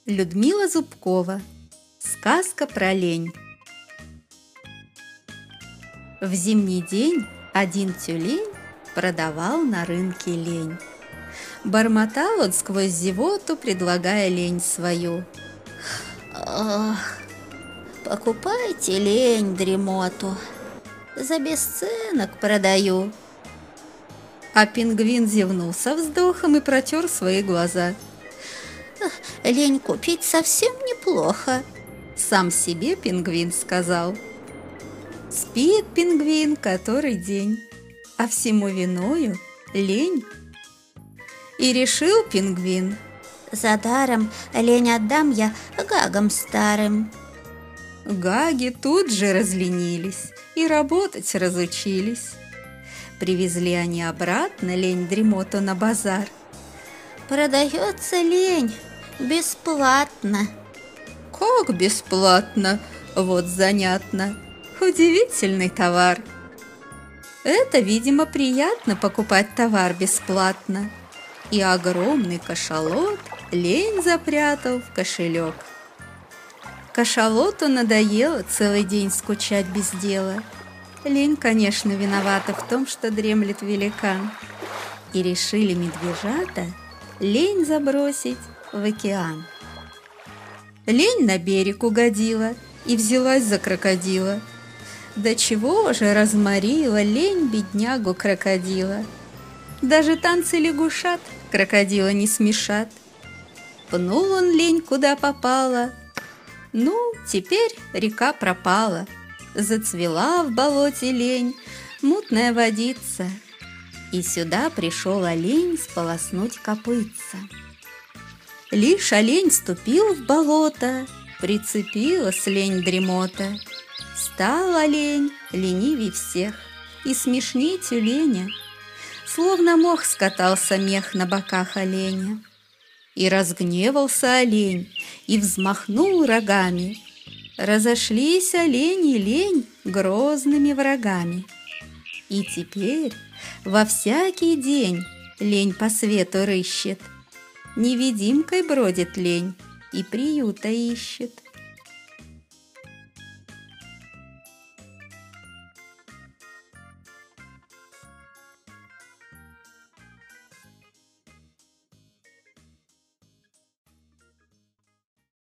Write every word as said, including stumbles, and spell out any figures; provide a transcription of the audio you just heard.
Людмила Зубкова. Сказка про лень. В зимний день один тюлень продавал на рынке лень. Бормотал он сквозь зевоту, предлагая лень свою. «Ох, покупайте лень, дремоту, за бесценок продаю». А пингвин зевнул со вздохом и протер свои глаза. «Лень купить совсем неплохо», — сам себе пингвин сказал. Спит пингвин который день, а всему виною лень. И решил пингвин: «За даром лень отдам я гагам старым». Гаги тут же разленились и работать разучились. Привезли они обратно лень-дремоту на базар. «Продается лень бесплатно». «Как бесплатно? Вот занятно. Удивительный товар». Это, видимо, приятно покупать товар бесплатно. И огромный кашалот лень запрятал в кошелек. Кашалоту надоело целый день скучать без дела. Лень, конечно, виновата в том, что дремлет великан. И решили медвежата лень забросить в океан. Лень на берег угодила и взялась за крокодила. До чего же разморила лень беднягу крокодила. Даже танцы лягушат крокодила не смешат. Пнул он лень куда попало. Ну, теперь река пропала. Зацвела в болоте лень мутная водица. И сюда пришел олень сполоснуть копытца. Лишь олень ступил в болото, прицепилась лень-дремота. Стал олень ленивей всех и смешней тюленя. Словно мох скатался мех на боках оленя. И разгневался олень, и взмахнул рогами. Разошлись олень и лень грозными врагами. И теперь во всякий день лень по свету рыщет. Невидимкой бродит лень и приюта ищет.